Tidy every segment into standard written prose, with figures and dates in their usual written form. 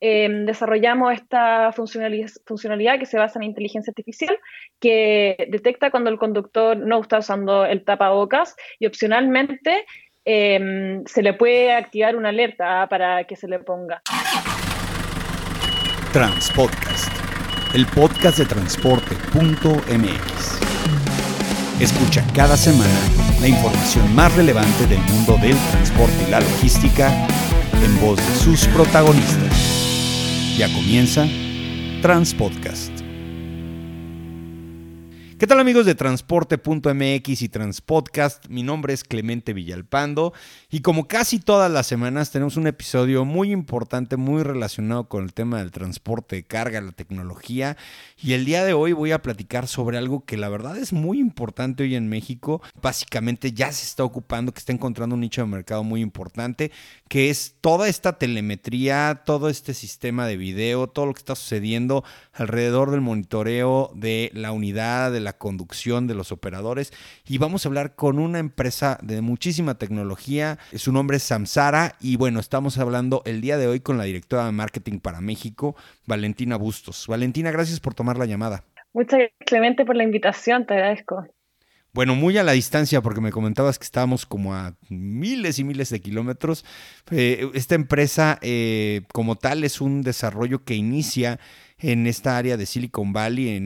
desarrollamos esta funcionalidad que se basa en inteligencia artificial, que detecta cuando el conductor no está usando el tapabocas y opcionalmente se le puede activar una alerta para que se le ponga. Transpodcast, el podcast de transporte.mx. Escucha cada semana la información más relevante del mundo del transporte y la logística en voz de sus protagonistas. Ya comienza Transpodcast. ¿Qué tal, amigos de transporte.mx y Transpodcast? Mi nombre es Clemente Villalpando y como casi todas las semanas tenemos un episodio muy importante, muy relacionado con el tema del transporte de carga, la tecnología, y el día de hoy voy a platicar sobre algo que la verdad es muy importante hoy en México. Básicamente ya se está ocupando, que está encontrando un nicho de mercado muy importante, que es toda esta telemetría, todo este sistema de video, todo lo que está sucediendo alrededor del monitoreo de la unidad, de la conducción de los operadores, y vamos a hablar con una empresa de muchísima tecnología. Su nombre es Samsara y bueno, estamos hablando el día de hoy con la directora de marketing para México, Valentina Bustos. Valentina, gracias por tomar la llamada. Muchas gracias, Clemente, por la invitación, te agradezco. Bueno, muy a la distancia, porque me comentabas que estábamos como a miles y miles de kilómetros. Esta empresa como tal es un desarrollo que inicia en esta área de Silicon Valley, en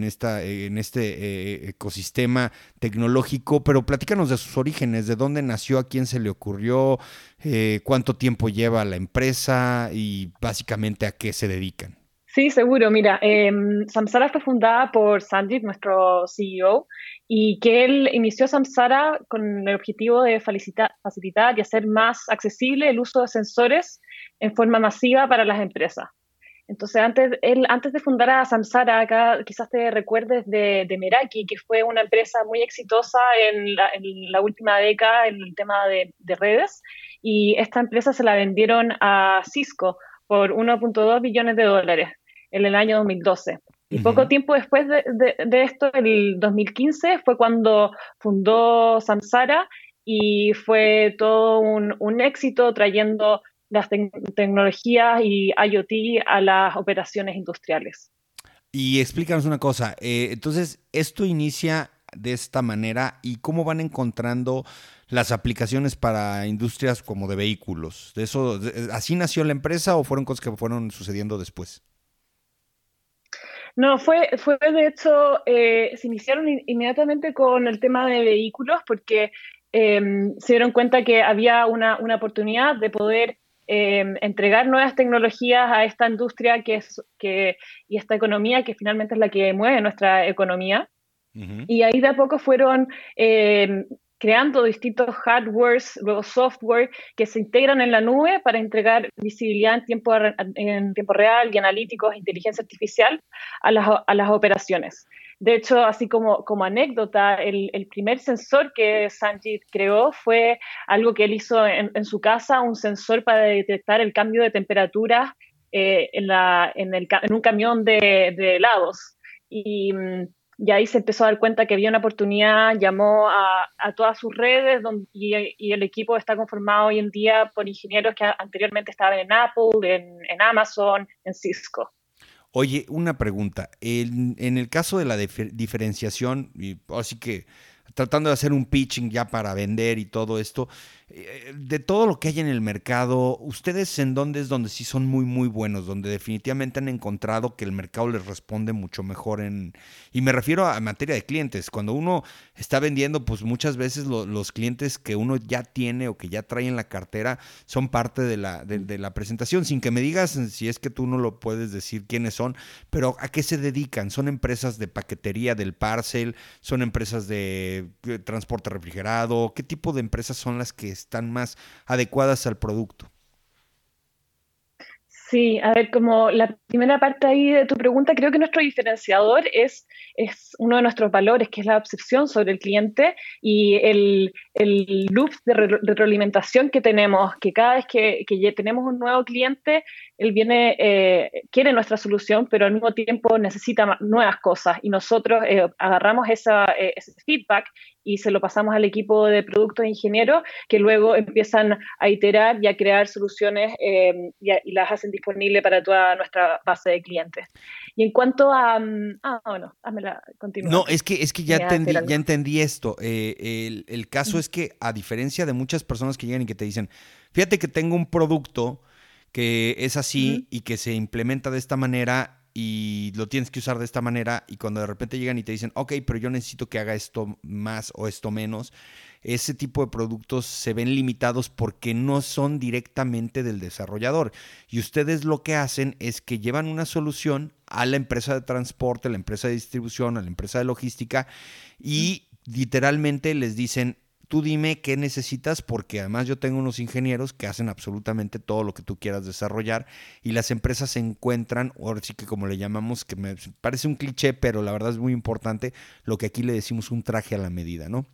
este ecosistema tecnológico, pero platícanos de sus orígenes, de dónde nació, a quién se le ocurrió, cuánto tiempo lleva la empresa y básicamente a qué se dedican. Sí, seguro. Mira, Samsara fue fundada por Sanjit, nuestro CEO, y que él inició Samsara con el objetivo de facilitar y hacer más accesible el uso de sensores en forma masiva para las empresas. Entonces, antes de fundar a Samsara, acá quizás te recuerdes de Meraki, que fue una empresa muy exitosa en la última década en el tema de redes, y esta empresa se la vendieron a Cisco por 1.2 billones de dólares en el año 2012. Y poco Uh-huh. tiempo después de esto, el 2015, fue cuando fundó Samsara y fue todo un éxito trayendo las tecnologías y IoT a las operaciones industriales. Y explícanos una cosa, entonces esto inicia de esta manera y cómo van encontrando las aplicaciones para industrias como de vehículos. ¿Así nació la empresa o fueron cosas que fueron sucediendo después? No, fue de hecho, se iniciaron inmediatamente con el tema de vehículos porque se dieron cuenta que había una oportunidad de poder entregar nuevas tecnologías a esta industria y esta economía que finalmente es la que mueve nuestra economía. Uh-huh. Y ahí de a poco fueron creando distintos hardwares, luego software, que se integran en la nube para entregar visibilidad en tiempo real y analíticos, inteligencia artificial a las operaciones. De hecho, así como anécdota, el primer sensor que Sanjit creó fue algo que él hizo en su casa, un sensor para detectar el cambio de temperatura en un camión de helados. Y ahí se empezó a dar cuenta que había una oportunidad, llamó a todas sus redes y el equipo está conformado hoy en día por ingenieros que anteriormente estaban en Apple, en Amazon, en Cisco. Oye, una pregunta. En el caso de la diferenciación, y así que tratando de hacer un pitching ya para vender y todo esto, de todo lo que hay en el mercado, ¿ustedes en dónde es donde sí son muy, muy buenos? Donde definitivamente han encontrado que el mercado les responde mucho mejor y me refiero a materia de clientes. Cuando uno está vendiendo, pues muchas veces los clientes que uno ya tiene o que ya trae en la cartera son parte de la presentación, sin que me digas si es que tú no lo puedes decir quiénes son, pero ¿a qué se dedican? ¿Son empresas de paquetería del parcel? ¿Son empresas de transporte refrigerado? ¿Qué tipo de empresas son las que están más adecuadas al producto? Sí, a ver, como la primera parte ahí de tu pregunta, creo que nuestro diferenciador es uno de nuestros valores, que es la obsesión sobre el cliente y el loop de retroalimentación que tenemos, que cada vez que ya tenemos un nuevo cliente, él viene, quiere nuestra solución, pero al mismo tiempo necesita nuevas cosas y nosotros agarramos ese feedback y se lo pasamos al equipo de productos e ingenieros que luego empiezan a iterar y a crear soluciones y las hacen disponibles para toda nuestra base de clientes. Y en cuanto a... bueno, házmela, continúa. No, es que ya entendí esto. El caso es que, a diferencia de muchas personas que llegan y que te dicen, fíjate que tengo un producto que es así y que se implementa de esta manera y lo tienes que usar de esta manera, y cuando de repente llegan y te dicen, ok, pero yo necesito que haga esto más o esto menos, ese tipo de productos se ven limitados porque no son directamente del desarrollador. Y ustedes lo que hacen es que llevan una solución a la empresa de transporte, a la empresa de distribución, a la empresa de logística, y literalmente les dicen, tú dime qué necesitas, porque además yo tengo unos ingenieros que hacen absolutamente todo lo que tú quieras desarrollar, y las empresas se encuentran, ahora sí que como le llamamos, que me parece un cliché, pero la verdad es muy importante, lo que aquí le decimos un traje a la medida, ¿no?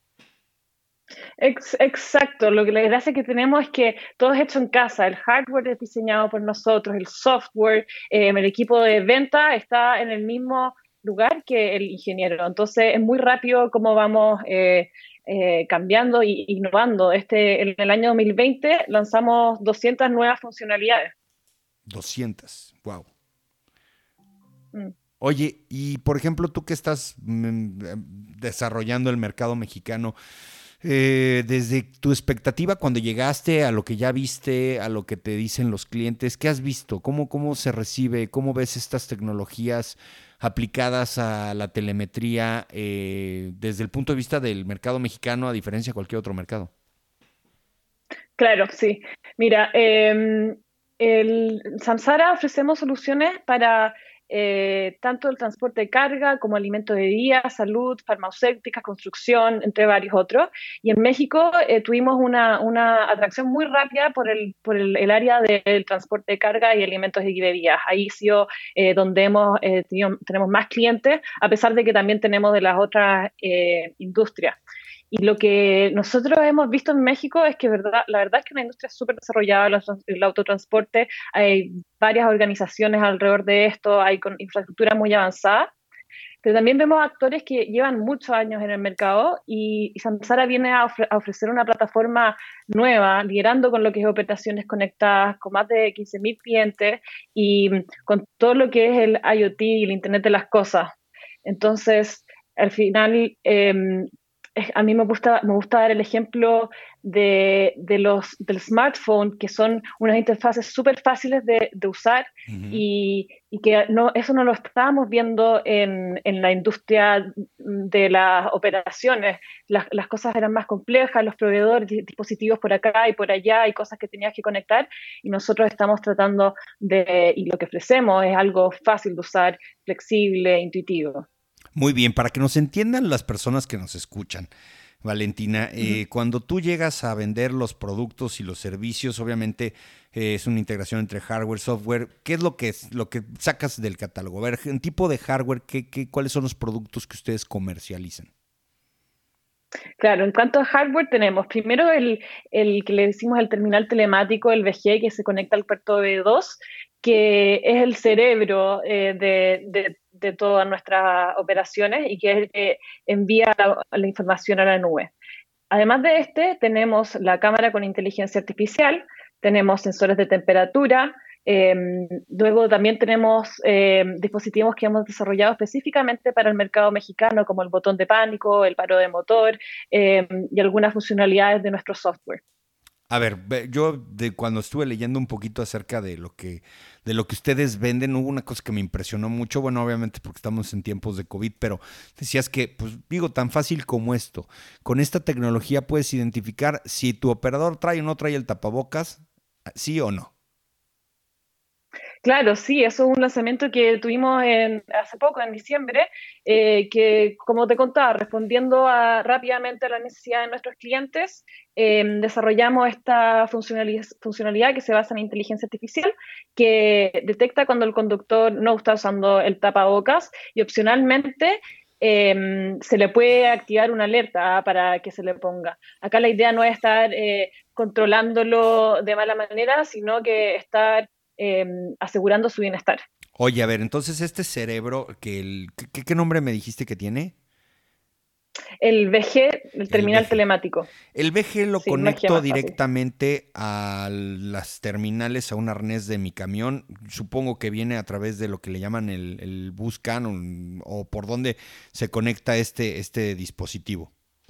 Exacto, lo que la gracia que tenemos es que todo es hecho en casa, el hardware es diseñado por nosotros, el software, el equipo de venta está en el mismo lugar que el ingeniero, entonces es muy rápido cómo vamos cambiando e innovando. En el año 2020 lanzamos 200 nuevas funcionalidades. 200, wow. Mm. Oye, y por ejemplo, tú que estás desarrollando el mercado mexicano, desde tu expectativa cuando llegaste a lo que ya viste, a lo que te dicen los clientes, ¿qué has visto? ¿Cómo se recibe? ¿Cómo ves estas tecnologías aplicadas a la telemetría desde el punto de vista del mercado mexicano a diferencia de cualquier otro mercado? Claro, sí. Mira, el Samsara ofrecemos soluciones para tanto el transporte de carga como alimentos de día, salud, farmacéuticas, construcción, entre varios otros. Y en México tuvimos una atracción muy rápida por el área del transporte de carga y alimentos y bebidas. Ahí sí donde tenemos más clientes, a pesar de que también tenemos de las otras industrias. Y lo que nosotros hemos visto en México es que la verdad es que una industria súper desarrollada, el autotransporte, hay varias organizaciones alrededor de esto, hay con infraestructura muy avanzada, pero también vemos actores que llevan muchos años en el mercado y Samsara viene a ofrecer una plataforma nueva, liderando con lo que es operaciones conectadas, con más de 15.000 clientes y con todo lo que es el IoT y el Internet de las cosas. Entonces, al final, a mí me gusta dar el ejemplo del smartphone, que son unas interfaces súper fáciles de usar Ujú. y que eso no lo estábamos viendo en la industria de las operaciones. Las cosas eran más complejas, los proveedores, dispositivos por acá y por allá, y cosas que tenías que conectar, y nosotros estamos tratando y lo que ofrecemos es algo fácil de usar, flexible, intuitivo. Muy bien, para que nos entiendan las personas que nos escuchan, Valentina, Ujú. cuando tú llegas a vender los productos y los servicios, obviamente es una integración entre hardware, software. ¿Qué es lo que sacas del catálogo? A ver, en tipo de hardware, ¿cuáles son los productos que ustedes comercializan? Claro, en cuanto a hardware tenemos primero el que le decimos el terminal telemático, el VG, que se conecta al puerto B2, que es el cerebro de todas nuestras operaciones y que es el que envía la información a la nube. Además de tenemos la cámara con inteligencia artificial, tenemos sensores de temperatura, eh, luego también tenemos dispositivos que hemos desarrollado específicamente para el mercado mexicano, como el botón de pánico, el paro de motor y algunas funcionalidades de nuestro software. A ver, yo cuando estuve leyendo un poquito acerca de lo que ustedes venden, hubo una cosa que me impresionó mucho, bueno, obviamente porque estamos en tiempos de COVID, pero decías que, pues digo, tan fácil como esto, con esta tecnología puedes identificar si tu operador trae o no trae el tapabocas, sí o no. Claro, sí, eso es un lanzamiento que tuvimos hace poco, en diciembre, que, como te contaba, respondiendo rápidamente a la necesidad de nuestros clientes, desarrollamos esta funcionalidad que se basa en inteligencia artificial, que detecta cuando el conductor no está usando el tapabocas y opcionalmente se le puede activar una alerta para que se le ponga. Acá la idea no es estar controlándolo de mala manera, sino que estar eh, asegurando su bienestar. Oye, a ver, entonces este cerebro, ¿qué nombre me dijiste que tiene? El VG, el El terminal VG. telemático. El VG lo Sí, magia conecto más fácil. directamente a las terminales, a un arnés de mi camión. Supongo que viene a través de lo que le llaman el bus Canon o por donde se conecta este dispositivo.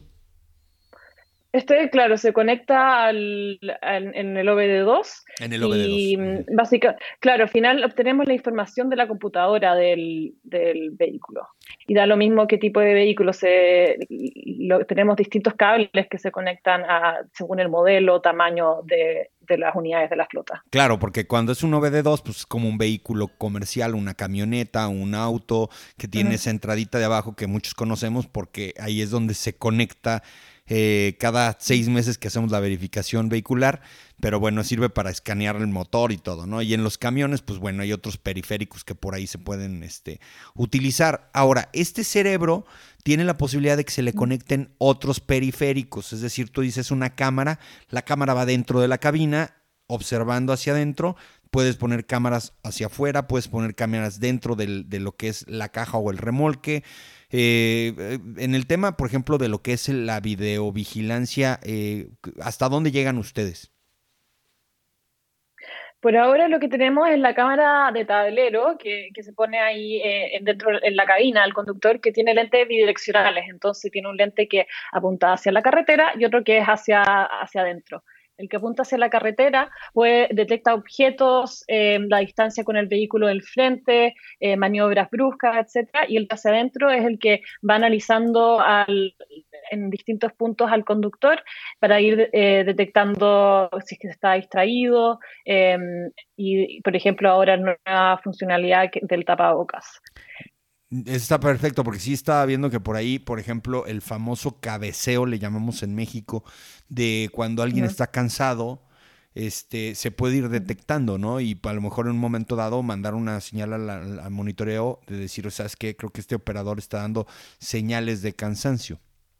Claro, se conecta en el OBD2 En el OBD2. y básicamente, claro, al final obtenemos la información de la computadora del vehículo. Y da lo mismo qué tipo de vehículo. Tenemos distintos cables que se conectan según el modelo, tamaño de las unidades de la flota. Claro, porque cuando es un OBD2, pues es como un vehículo comercial, una camioneta, un auto que tiene Ujú. esa entradita de abajo que muchos conocemos porque ahí es donde se conecta cada 6 meses que hacemos la verificación vehicular, pero bueno, sirve para escanear el motor y todo, ¿no? Y en los camiones, pues bueno, hay otros periféricos que por ahí se pueden utilizar. Ahora, este cerebro tiene la posibilidad de que se le conecten otros periféricos, es decir, tú dices una cámara, la cámara va dentro de la cabina observando hacia adentro, puedes poner cámaras hacia afuera, puedes poner cámaras dentro de lo que es la caja o el remolque. En el tema, por ejemplo, de lo que es la videovigilancia, ¿hasta dónde llegan ustedes? Por ahora lo que tenemos es la cámara de tablero que se pone ahí dentro en la cabina del conductor, que tiene lentes bidireccionales. Entonces tiene un lente que apunta hacia la carretera y otro que es hacia adentro. El que apunta hacia la carretera detecta objetos, la distancia con el vehículo del frente, maniobras bruscas, etcétera. Y el que hacia adentro es el que va analizando en distintos puntos al conductor para ir detectando si es que está distraído, eh, y, por ejemplo, ahora nueva funcionalidad del tapabocas. Está perfecto, porque sí estaba viendo que por ahí, por ejemplo, el famoso cabeceo, le llamamos en México, de cuando alguien Ujú, está cansado, se puede ir ujú. detectando, ¿no? Y a lo mejor en un momento dado mandar una señal al monitoreo de decir, o sea, es que creo que este operador está dando señales de cansancio.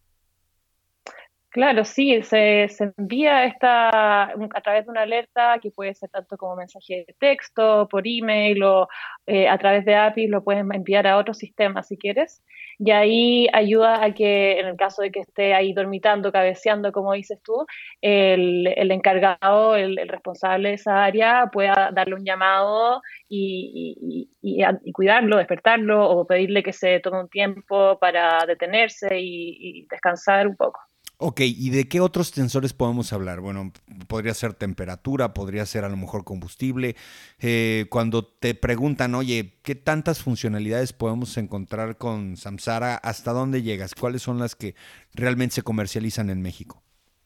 Claro, sí, se envía a través de una alerta que puede ser tanto como mensaje de texto, por email o a través de API lo puedes enviar a otros sistemas si quieres. Y ahí ayuda a que en el caso de que esté ahí dormitando, cabeceando, como dices tú, el encargado, el responsable de esa área pueda darle un llamado y cuidarlo, despertarlo o pedirle que se tome un tiempo para detenerse y descansar un poco. Ok, ¿y de qué otros sensores podemos hablar? Bueno, podría ser temperatura, podría ser a lo mejor combustible. Cuando te preguntan, oye, ¿qué tantas funcionalidades podemos encontrar con Samsara? ¿Hasta dónde llegas? ¿Cuáles son las que realmente se comercializan en México?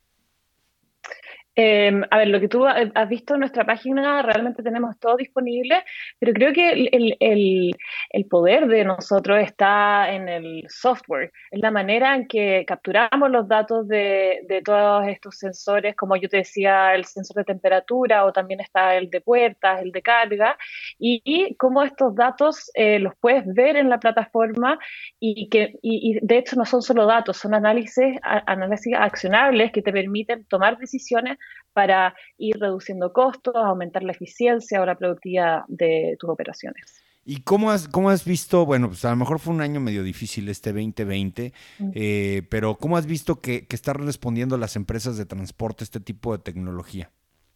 A ver, lo que tú has visto en nuestra página, realmente tenemos todo disponible, pero creo que el poder de nosotros está en el software, en la manera en que capturamos los datos de todos estos sensores, como yo te decía, el sensor de temperatura o también está el de puertas, el de carga, y cómo estos datos los puedes ver en la plataforma y de hecho no son solo datos, son análisis accionables que te permiten tomar decisiones para ir reduciendo costos, aumentar la eficiencia o la productividad de tus operaciones. ¿Y cómo has visto, bueno, pues a lo mejor fue un año medio difícil este 2020, pero cómo has visto que están respondiendo las empresas de transporte a este tipo de tecnología?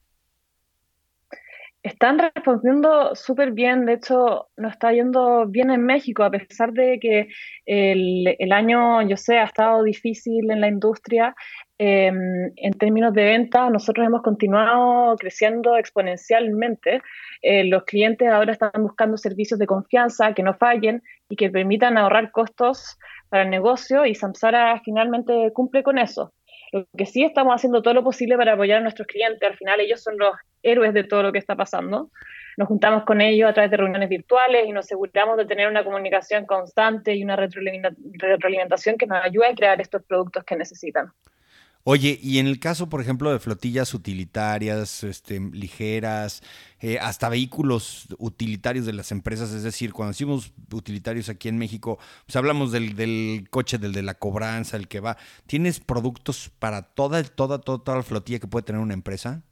Están respondiendo súper bien, de hecho nos está yendo bien en México, a pesar de que el año, yo sé, ha estado difícil en la industria. En términos de venta, nosotros hemos continuado creciendo exponencialmente. Los clientes ahora están buscando servicios de confianza que no fallen y que permitan ahorrar costos para el negocio y Samsara finalmente cumple con eso. Lo que sí estamos haciendo todo lo posible para apoyar a nuestros clientes. Al final ellos son los héroes de todo lo que está pasando. nos juntamos con ellos a través de reuniones virtuales y nos aseguramos de tener una comunicación constante y una retroalimentación que nos ayude a crear estos productos que necesitan. Oye, y en el caso, por ejemplo, de flotillas utilitarias, ligeras, hasta vehículos utilitarios de las empresas, es decir, cuando decimos utilitarios aquí en México, pues hablamos del coche, del de la cobranza, el que va. ¿Tienes productos para toda la flotilla que puede tener una empresa?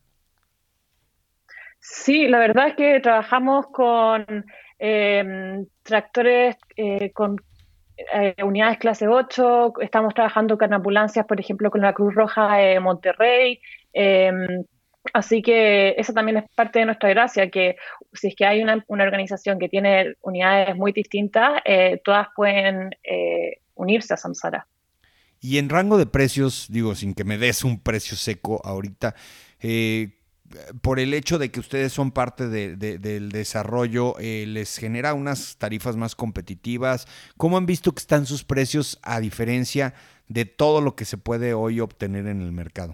Sí, la verdad es que trabajamos con tractores con unidades clase 8. Estamos trabajando con ambulancias, por ejemplo, con la Cruz Roja de Monterrey. eh, Así que eso también es parte de nuestra gracia, que si es que hay una organización que tiene unidades muy distintas, todas pueden unirse a Samsara. Y en rango de precios, digo, sin que me des un precio seco ahorita, eh, por el hecho de que ustedes son parte del desarrollo, les genera unas tarifas más competitivas. ¿Cómo han visto que están sus precios a diferencia de todo lo que se puede hoy obtener en el mercado?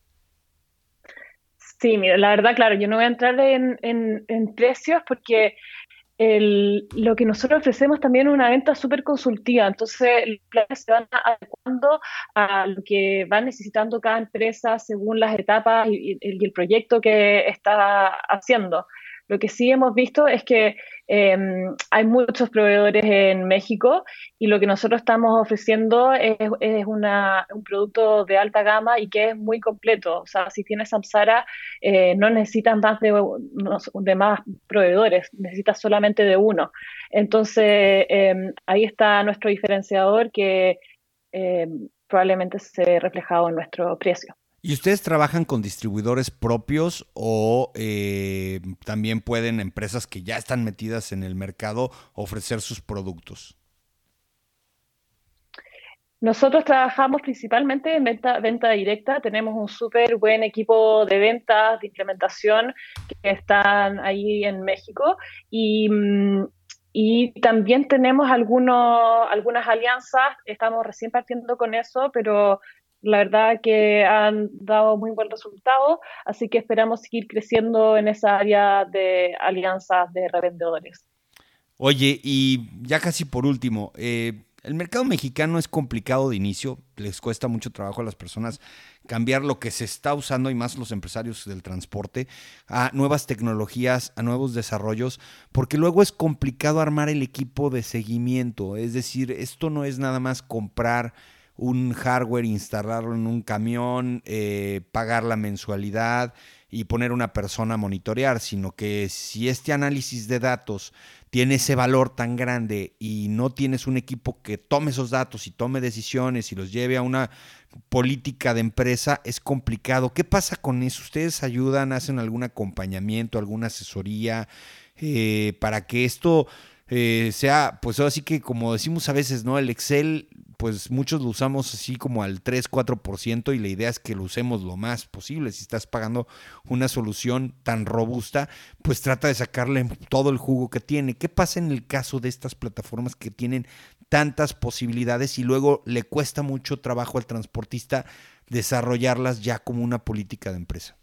Sí, mira, la verdad, claro, yo no voy a entrar en precios porque lo que nosotros ofrecemos también es una venta súper consultiva, entonces los planes se van adecuando a lo que va necesitando cada empresa según las etapas y el proyecto que está haciendo. Lo que sí hemos visto es que eh, hay muchos proveedores en México y lo que nosotros estamos ofreciendo es un producto de alta gama y que es muy completo. O sea, si tienes Samsara, no necesitas más de más proveedores, necesitas solamente de uno. Entonces, ahí está nuestro diferenciador que eh, probablemente se ve reflejado en nuestro precio. ¿Y ustedes trabajan con distribuidores propios o también pueden empresas que ya están metidas en el mercado ofrecer sus productos? Nosotros trabajamos principalmente en venta directa, tenemos un súper buen equipo de ventas, de implementación que están ahí en México y, y también tenemos algunas alianzas, estamos recién partiendo con eso, pero la verdad que han dado muy buen resultado, así que esperamos seguir creciendo en esa área de alianzas de revendedores. Oye, y ya casi por último, el mercado mexicano es complicado de inicio, les cuesta mucho trabajo a las personas cambiar lo que se está usando y más los empresarios del transporte a nuevas tecnologías, a nuevos desarrollos, porque luego es complicado armar el equipo de seguimiento, es decir, esto no es nada más comprar un hardware, instalarlo en un camión, pagar la mensualidad y poner una persona a monitorear, sino que si este análisis de datos tiene ese valor tan grande y no tienes un equipo que tome esos datos y tome decisiones y los lleve a una política de empresa, es complicado. ¿Qué pasa con eso? ¿Ustedes ayudan, hacen algún acompañamiento, alguna asesoría para que esto sea, pues ahora sí que como decimos a veces, ¿no? El Excel, pues muchos lo usamos así como al 3-4% y la idea es que lo usemos lo más posible. Si estás pagando una solución tan robusta, pues trata de sacarle todo el jugo que tiene. ¿Qué pasa en el caso de estas plataformas que tienen tantas posibilidades y luego le cuesta mucho trabajo al transportista desarrollarlas ya como una política de empresa?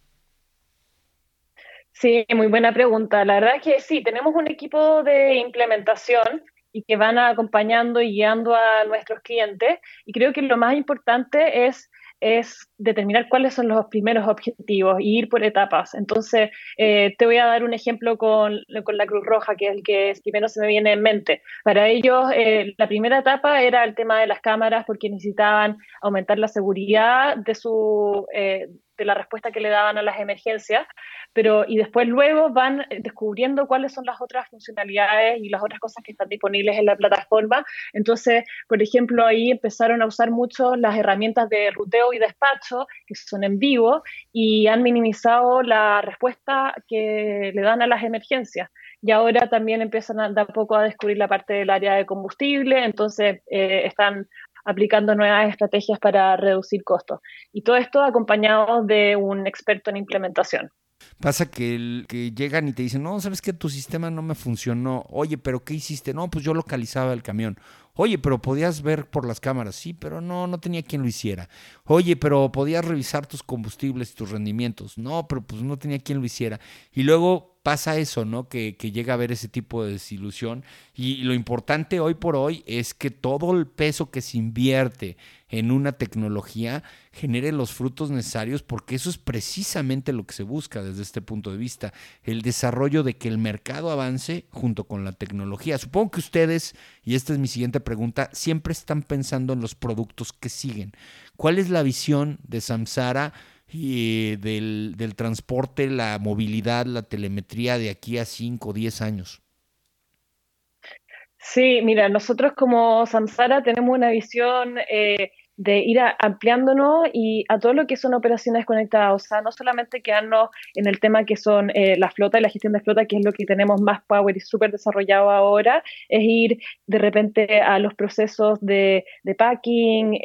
Sí, muy buena pregunta. La verdad es que sí, tenemos un equipo de implementación y que van acompañando y guiando a nuestros clientes. Y creo que lo más importante es determinar cuáles son los primeros objetivos y ir por etapas. Entonces, te voy a dar un ejemplo con la Cruz Roja, que es el que primero se me viene en mente. Para ellos, la primera etapa era el tema de las cámaras porque necesitaban aumentar la seguridad de la respuesta que le daban a las emergencias, pero y después luego van descubriendo cuáles son las otras funcionalidades y las otras cosas que están disponibles en la plataforma. Entonces, por ejemplo, ahí empezaron a usar mucho las herramientas de ruteo y despacho, que son en vivo, y han minimizado la respuesta que le dan a las emergencias. Y ahora también empiezan de a poco a descubrir la parte del área de combustible, entonces están aplicando nuevas estrategias para reducir costos. Y todo esto acompañado de un experto en implementación. Pasa que llegan y te dicen, no, sabes que tu sistema no me funcionó. Oye, pero ¿qué hiciste? No, pues yo localizaba el camión. Oye, pero podías ver por las cámaras. Sí, pero no tenía quien lo hiciera. Oye, pero podías revisar tus combustibles y tus rendimientos. No, pero pues no tenía quien lo hiciera. Y luego pasa eso, ¿no? Que llega a haber ese tipo de desilusión. Y lo importante hoy por hoy es que todo el peso que se invierte en una tecnología genere los frutos necesarios, porque eso es precisamente lo que se busca desde este punto de vista, el desarrollo de que el mercado avance junto con la tecnología. Supongo que ustedes, y esta es mi siguiente pregunta, siempre están pensando en los productos que siguen. ¿Cuál es la visión de Samsara y del transporte, la movilidad, la telemetría de aquí a 5 o 10 años? Sí, mira, nosotros como Samsara tenemos una visión de ir ampliándonos y a todo lo que son operaciones conectadas, o sea, no solamente quedarnos en el tema que son la flota y la gestión de flota, que es lo que tenemos más power y súper desarrollado ahora, es ir de repente a los procesos de packing,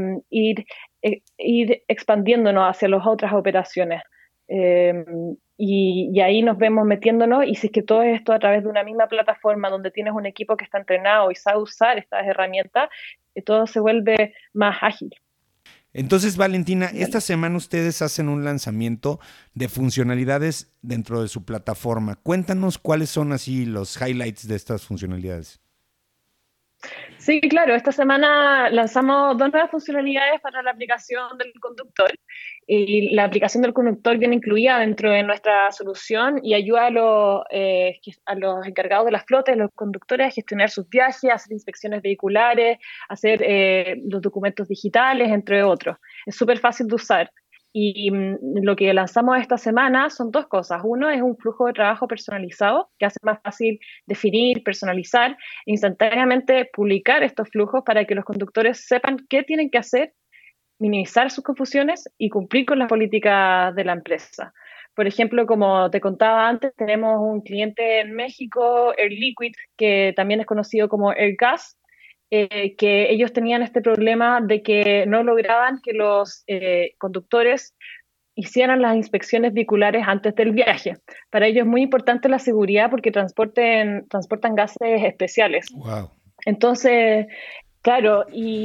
ir expandiéndonos hacia las otras operaciones. Eh, y ahí nos vemos metiéndonos, y si es que todo esto a través de una misma plataforma donde tienes un equipo que está entrenado y sabe usar estas herramientas, todo se vuelve más ágil. Entonces, Valentina, esta Vale. semana ustedes hacen un lanzamiento de funcionalidades dentro de su plataforma. Cuéntanos cuáles son así los highlights de estas funcionalidades. Sí, claro, esta semana lanzamos dos nuevas funcionalidades para la aplicación del conductor. Y la aplicación del conductor viene incluida dentro de nuestra solución y ayuda a los encargados de las flotas, los conductores, a gestionar sus viajes, a hacer inspecciones vehiculares, a hacer los documentos digitales, entre otros. Es súper fácil de usar. Y lo que lanzamos esta semana son dos cosas. Uno es un flujo de trabajo personalizado que hace más fácil definir, personalizar e instantáneamente publicar estos flujos para que los conductores sepan qué tienen que hacer, minimizar sus confusiones y cumplir con las políticas de la empresa. Por ejemplo, como te contaba antes, tenemos un cliente en México, Air Liquid, que también es conocido como Air Gas, que ellos tenían este problema de que no lograban que los conductores hicieran las inspecciones vehiculares antes del viaje. Para ellos es muy importante la seguridad porque transportan gases especiales. Wow. Entonces, claro, y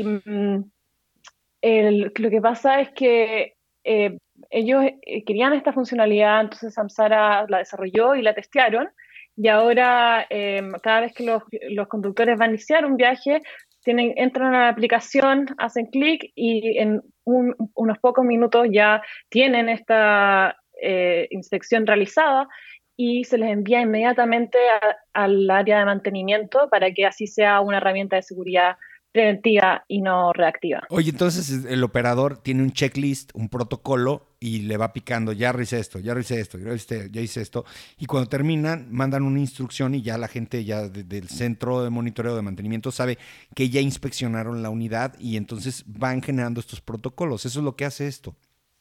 lo que pasa es que ellos querían esta funcionalidad, entonces Samsara la desarrolló y la testearon, y ahora cada vez que los conductores van a iniciar un viaje, entran a la aplicación, hacen clic y en unos pocos minutos ya tienen esta inspección realizada y se les envía inmediatamente al área de mantenimiento para que así sea una herramienta de seguridad preventiva y no reactiva. Oye, entonces el operador tiene un checklist, un protocolo y le va picando, ya hice esto, ya hice esto, ya hice esto. Y cuando terminan, mandan una instrucción y ya la gente ya del centro de monitoreo de mantenimiento sabe que ya inspeccionaron la unidad y entonces van generando estos protocolos. Eso es lo que hace esto.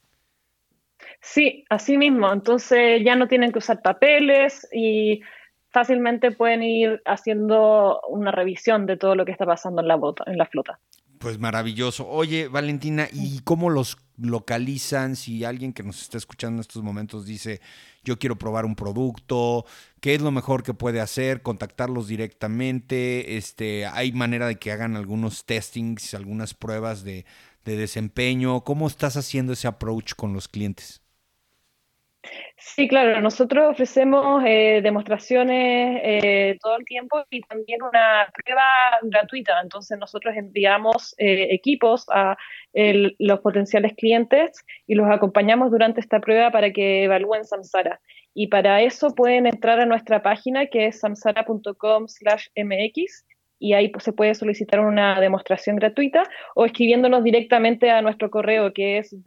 Sí, así mismo. Entonces ya no tienen que usar papeles y fácilmente pueden ir haciendo una revisión de todo lo que está pasando en la flota. Pues maravilloso. Oye, Valentina, ¿y cómo los localizan? Si alguien que nos está escuchando en estos momentos dice, yo quiero probar un producto, ¿qué es lo mejor que puede hacer? Contactarlos directamente. Hay manera de que hagan algunos testings, algunas pruebas de desempeño. ¿Cómo estás haciendo ese approach con los clientes? Sí, claro, nosotros ofrecemos demostraciones todo el tiempo y también una prueba gratuita. Entonces nosotros enviamos equipos a los potenciales clientes y los acompañamos durante esta prueba para que evalúen Samsara. Y para eso pueden entrar a nuestra página que es samsara.com/mx y ahí pues, se puede solicitar una demostración gratuita o escribiéndonos directamente a nuestro correo que es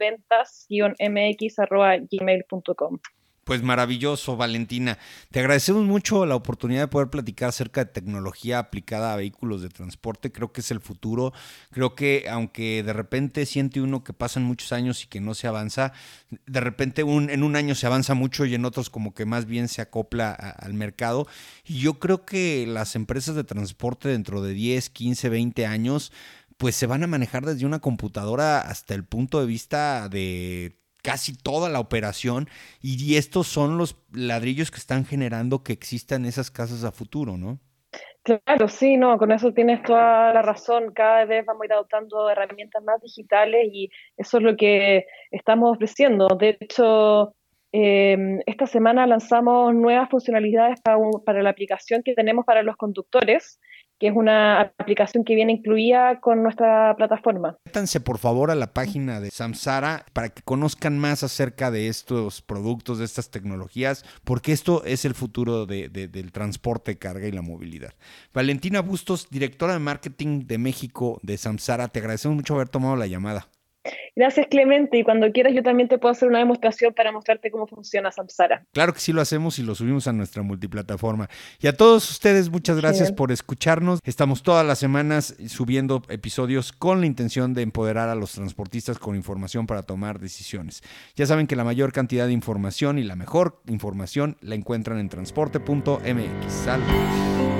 ventas-mx@gmail.com. Pues maravilloso, Valentina. Te agradecemos mucho la oportunidad de poder platicar acerca de tecnología aplicada a vehículos de transporte. Creo que es el futuro. Creo que aunque de repente siente uno que pasan muchos años y que no se avanza, de repente en un año se avanza mucho y en otros como que más bien se acopla al mercado. Y yo creo que las empresas de transporte dentro de 10, 15, 20 años pues se van a manejar desde una computadora hasta el punto de vista de casi toda la operación y estos son los ladrillos que están generando que existan esas casas a futuro, ¿no? Claro, sí, no, con eso tienes toda la razón. Cada vez vamos a ir adoptando herramientas más digitales y eso es lo que estamos ofreciendo. De hecho, Esta semana lanzamos nuevas funcionalidades para la aplicación que tenemos para los conductores, que es una aplicación que viene incluida con nuestra plataforma. Métanse por favor a la página de Samsara para que conozcan más acerca de estos productos, de estas tecnologías, porque esto es el futuro del transporte, carga y la movilidad. Valentina Bustos, directora de marketing de México de Samsara, te agradecemos mucho haber tomado la llamada. Gracias, Clemente, y cuando quieras yo también te puedo hacer una demostración para mostrarte cómo funciona Samsara. Claro que sí lo hacemos y lo subimos a nuestra multiplataforma. Y a todos ustedes, muchas gracias Genial. por escucharnos. Estamos todas las semanas subiendo episodios con la intención de empoderar a los transportistas con información para tomar decisiones. Ya saben que la mayor cantidad de información y la mejor información la encuentran en transporte.mx. Saludos.